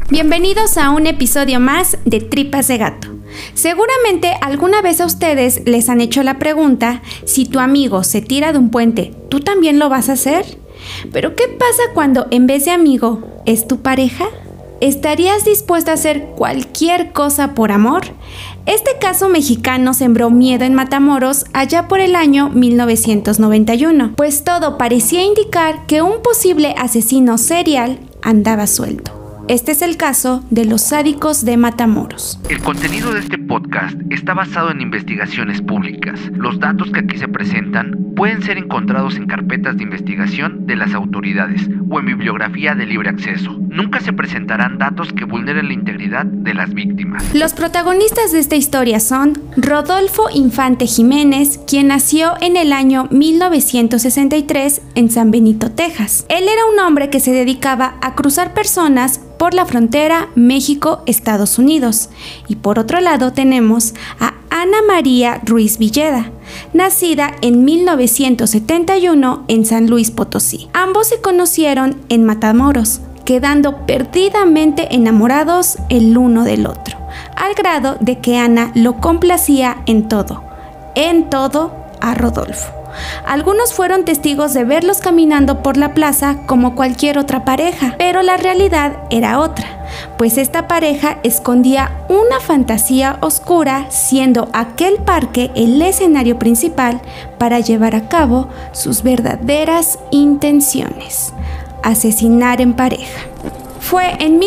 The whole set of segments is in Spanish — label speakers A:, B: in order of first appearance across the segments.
A: Bienvenidos a un episodio más de Tripas de Gato. Seguramente alguna vez a ustedes les han hecho la pregunta, si tu amigo se tira de un puente, ¿tú también lo vas a hacer? Pero ¿qué pasa cuando en vez de amigo es tu pareja? ¿Estarías dispuesta a hacer cualquier cosa por amor? Este caso mexicano sembró miedo en Matamoros allá por el año 1991, pues todo parecía indicar que un posible asesino serial andaba suelto. Este es el caso de los sádicos de Matamoros.
B: El contenido de este podcast está basado en investigaciones públicas. Los datos que aquí se presentan pueden ser encontrados en carpetas de investigación de las autoridades o en bibliografía de libre acceso. Nunca se presentarán datos que vulneren la integridad de las víctimas.
A: Los protagonistas de esta historia son Rodolfo Infante Jiménez, quien nació en el año 1963 en San Benito, Texas. Él era un hombre que se dedicaba a cruzar personas por la frontera México-Estados Unidos. Y por otro lado tenemos a Ana María Ruiz Villeda, nacida en 1971 en San Luis Potosí. Ambos se conocieron en Matamoros, quedando perdidamente enamorados el uno del otro, al grado de que Ana lo complacía en todo a Rodolfo. Algunos fueron testigos de verlos caminando por la plaza como cualquier otra pareja, pero la realidad era otra, pues esta pareja escondía una fantasía oscura, siendo aquel parque el escenario principal para llevar a cabo sus verdaderas intenciones: asesinar en pareja. Fue en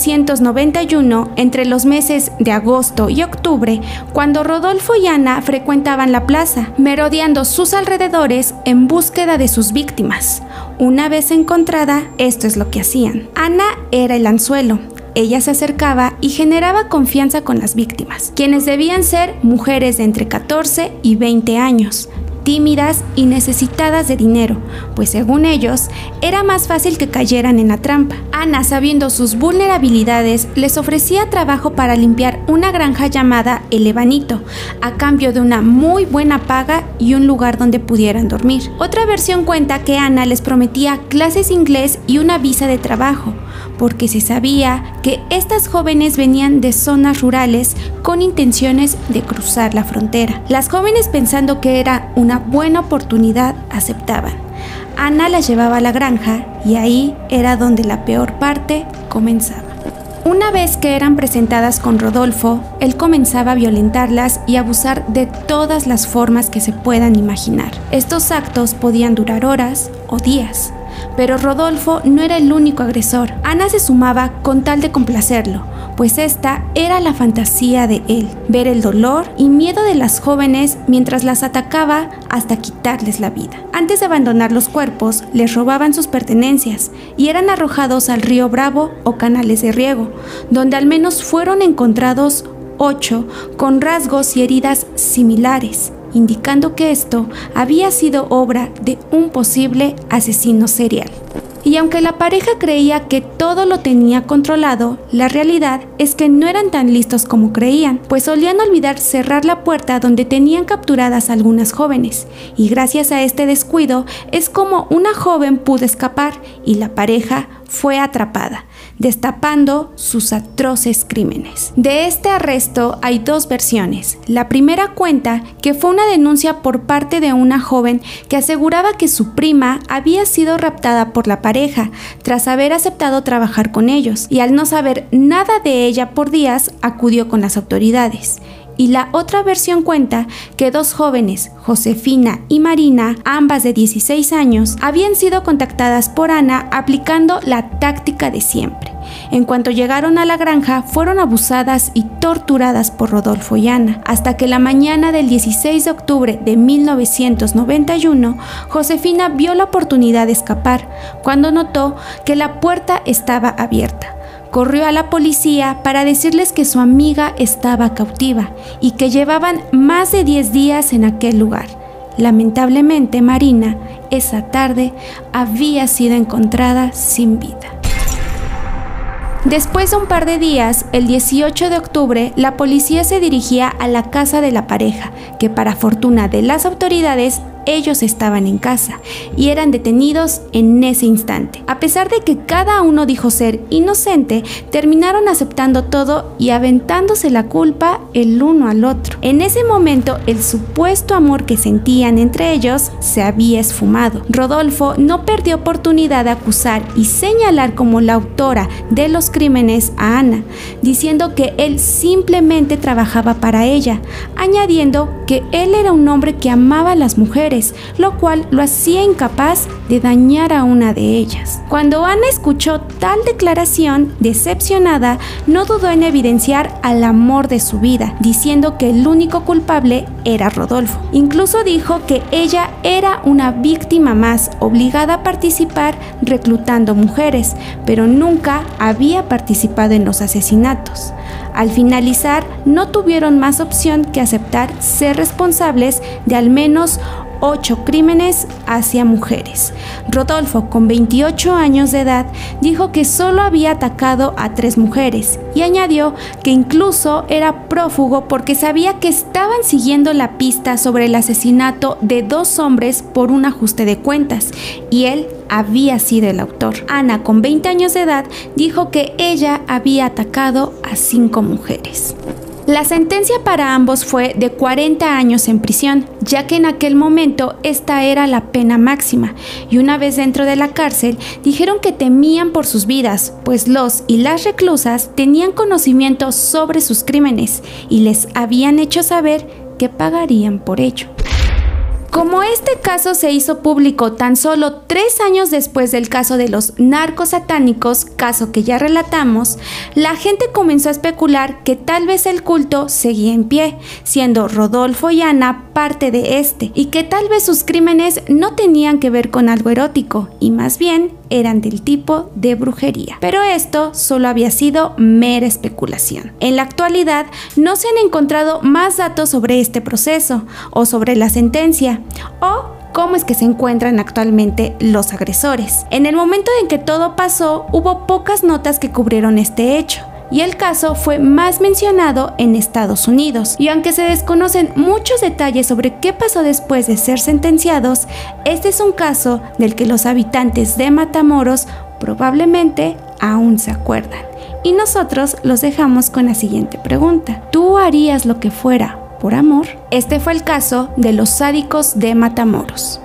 A: 1991, entre los meses de agosto y octubre, cuando Rodolfo y Ana frecuentaban la plaza, merodeando sus alrededores en búsqueda de sus víctimas. Una vez encontrada, esto es lo que hacían. Ana era el anzuelo. Ella se acercaba y generaba confianza con las víctimas, quienes debían ser mujeres de entre 14 y 20 años, tímidas y necesitadas de dinero, pues según ellos, era más fácil que cayeran en la trampa. Ana, sabiendo sus vulnerabilidades, les ofrecía trabajo para limpiar una granja llamada El Ebanito, a cambio de una muy buena paga y un lugar donde pudieran dormir. Otra versión cuenta que Ana les prometía clases de inglés y una visa de trabajo, porque se sabía que estas jóvenes venían de zonas rurales con intenciones de cruzar la frontera. Las jóvenes, pensando que era una buena oportunidad, aceptaban. Ana las llevaba a la granja y ahí era donde la peor parte comenzaba. Una vez que eran presentadas con Rodolfo, él comenzaba a violentarlas y abusar de todas las formas que se puedan imaginar. Estos actos podían durar horas o días, pero Rodolfo no era el único agresor. Ana se sumaba con tal de complacerlo, pues esta era la fantasía de él: ver el dolor y miedo de las jóvenes mientras las atacaba hasta quitarles la vida. Antes de abandonar los cuerpos, les robaban sus pertenencias y eran arrojados al río Bravo o canales de riego, donde al menos fueron encontrados 8 con rasgos y heridas similares, indicando que esto había sido obra de un posible asesino serial. Y aunque la pareja creía que todo lo tenía controlado, la realidad es que no eran tan listos como creían, pues solían olvidar cerrar la puerta donde tenían capturadas algunas jóvenes, y gracias a este descuido es como una joven pudo escapar y la pareja fue atrapada, destapando sus atroces crímenes. De este arresto hay dos versiones. La primera cuenta que fue una denuncia por parte de una joven que aseguraba que su prima había sido raptada por la pareja tras haber aceptado trabajar con ellos, y al no saber nada de ella por días acudió con las autoridades. Y la otra versión cuenta que dos jóvenes, Josefina y Marina, ambas de 16 años, habían sido contactadas por Ana aplicando la táctica de siempre. En cuanto llegaron a la granja, fueron abusadas y torturadas por Rodolfo y Ana, hasta que la mañana del 16 de octubre de 1991, Josefina vio la oportunidad de escapar, cuando notó que la puerta estaba abierta. Corrió a la policía para decirles que su amiga estaba cautiva y que llevaban más de 10 días en aquel lugar. Lamentablemente, Marina, esa tarde, había sido encontrada sin vida. Después de un par de días, el 18 de octubre, la policía se dirigía a la casa de la pareja, que para fortuna de las autoridades ellos estaban en casa y eran detenidos en ese instante. A pesar de que cada uno dijo ser inocente, terminaron aceptando todo y aventándose la culpa el uno al otro. En ese momento, el supuesto amor que sentían entre ellos se había esfumado. Rodolfo no perdió oportunidad de acusar y señalar como la autora de los crímenes a Ana, diciendo que él simplemente trabajaba para ella, añadiendo que él era un hombre que amaba a las mujeres, lo cual lo hacía incapaz de dañar a una de ellas. Cuando Ana escuchó tal declaración, decepcionada, no dudó en evidenciar al amor de su vida, diciendo que el único culpable era Rodolfo. Incluso dijo que ella era una víctima más, obligada a participar reclutando mujeres, pero nunca había participado en los asesinatos. Al finalizar, no tuvieron más opción que aceptar ser responsables de al menos 8 crímenes hacia mujeres. Rodolfo, con 28 años de edad, dijo que solo había atacado a 3 mujeres y añadió que incluso era prófugo porque sabía que estaban siguiendo la pista sobre el asesinato de 2 hombres por un ajuste de cuentas y él había sido el autor. Ana, con 20 años de edad, dijo que ella había atacado a 5 mujeres. La sentencia para ambos fue de 40 años en prisión, ya que en aquel momento esta era la pena máxima, y una vez dentro de la cárcel dijeron que temían por sus vidas, pues los y las reclusas tenían conocimiento sobre sus crímenes y les habían hecho saber que pagarían por ello. Como este caso se hizo público tan solo 3 años después del caso de los narcos satánicos, caso que ya relatamos, la gente comenzó a especular que tal vez el culto seguía en pie, siendo Rodolfo y Ana parte de este, y que tal vez sus crímenes no tenían que ver con algo erótico, y más bien eran del tipo de brujería. Pero esto solo había sido mera especulación. En la actualidad no se han encontrado más datos sobre este proceso o sobre la sentencia o cómo es que se encuentran actualmente los agresores. En el momento en que todo pasó, hubo pocas notas que cubrieron este hecho, y el caso fue más mencionado en Estados Unidos. Y aunque se desconocen muchos detalles sobre qué pasó después de ser sentenciados, este es un caso del que los habitantes de Matamoros probablemente aún se acuerdan. Y nosotros los dejamos con la siguiente pregunta: ¿tú harías lo que fuera por amor? Este fue el caso de los sádicos de Matamoros.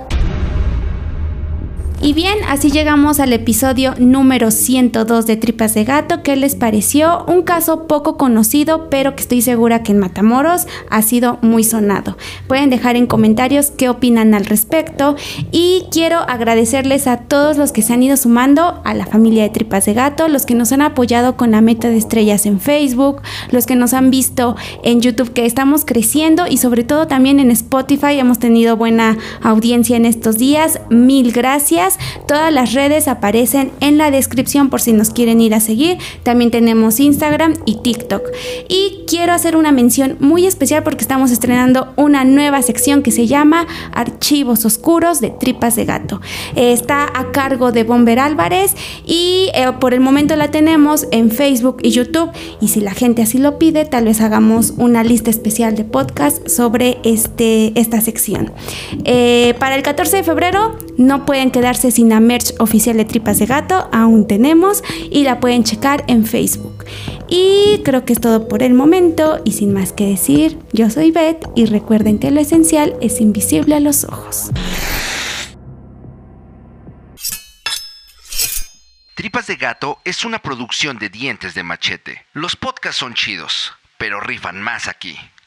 A: Y bien, así llegamos al episodio número 102 de Tripas de Gato. ¿Qué les pareció? Un caso poco conocido, pero que estoy segura que en Matamoros ha sido muy sonado. Pueden dejar en comentarios qué opinan al respecto. Y quiero agradecerles a todos los que se han ido sumando a la familia de Tripas de Gato, los que nos han apoyado con la meta de estrellas en Facebook, los que nos han visto en YouTube, que estamos creciendo, y sobre todo también en Spotify hemos tenido buena audiencia en estos días. Mil gracias. Todas las redes aparecen en la descripción por si nos quieren ir a seguir. También tenemos Instagram y TikTok. Y quiero hacer una mención muy especial porque estamos estrenando una nueva sección que se llama Archivos Oscuros de Tripas de Gato. Está a cargo de Bomber Álvarez y por el momento la tenemos en Facebook y YouTube. Y si la gente así lo pide, tal vez hagamos una lista especial de podcast sobre esta sección. Para el 14 de febrero no pueden quedarse sin la merch oficial de Tripas de Gato, aún tenemos, y la pueden checar en Facebook. Y creo que es todo por el momento, y sin más que decir, yo soy Beth, y recuerden que lo esencial es invisible a los ojos.
B: Tripas de Gato es una producción de Dientes de Machete. Los podcasts son chidos, pero rifan más aquí.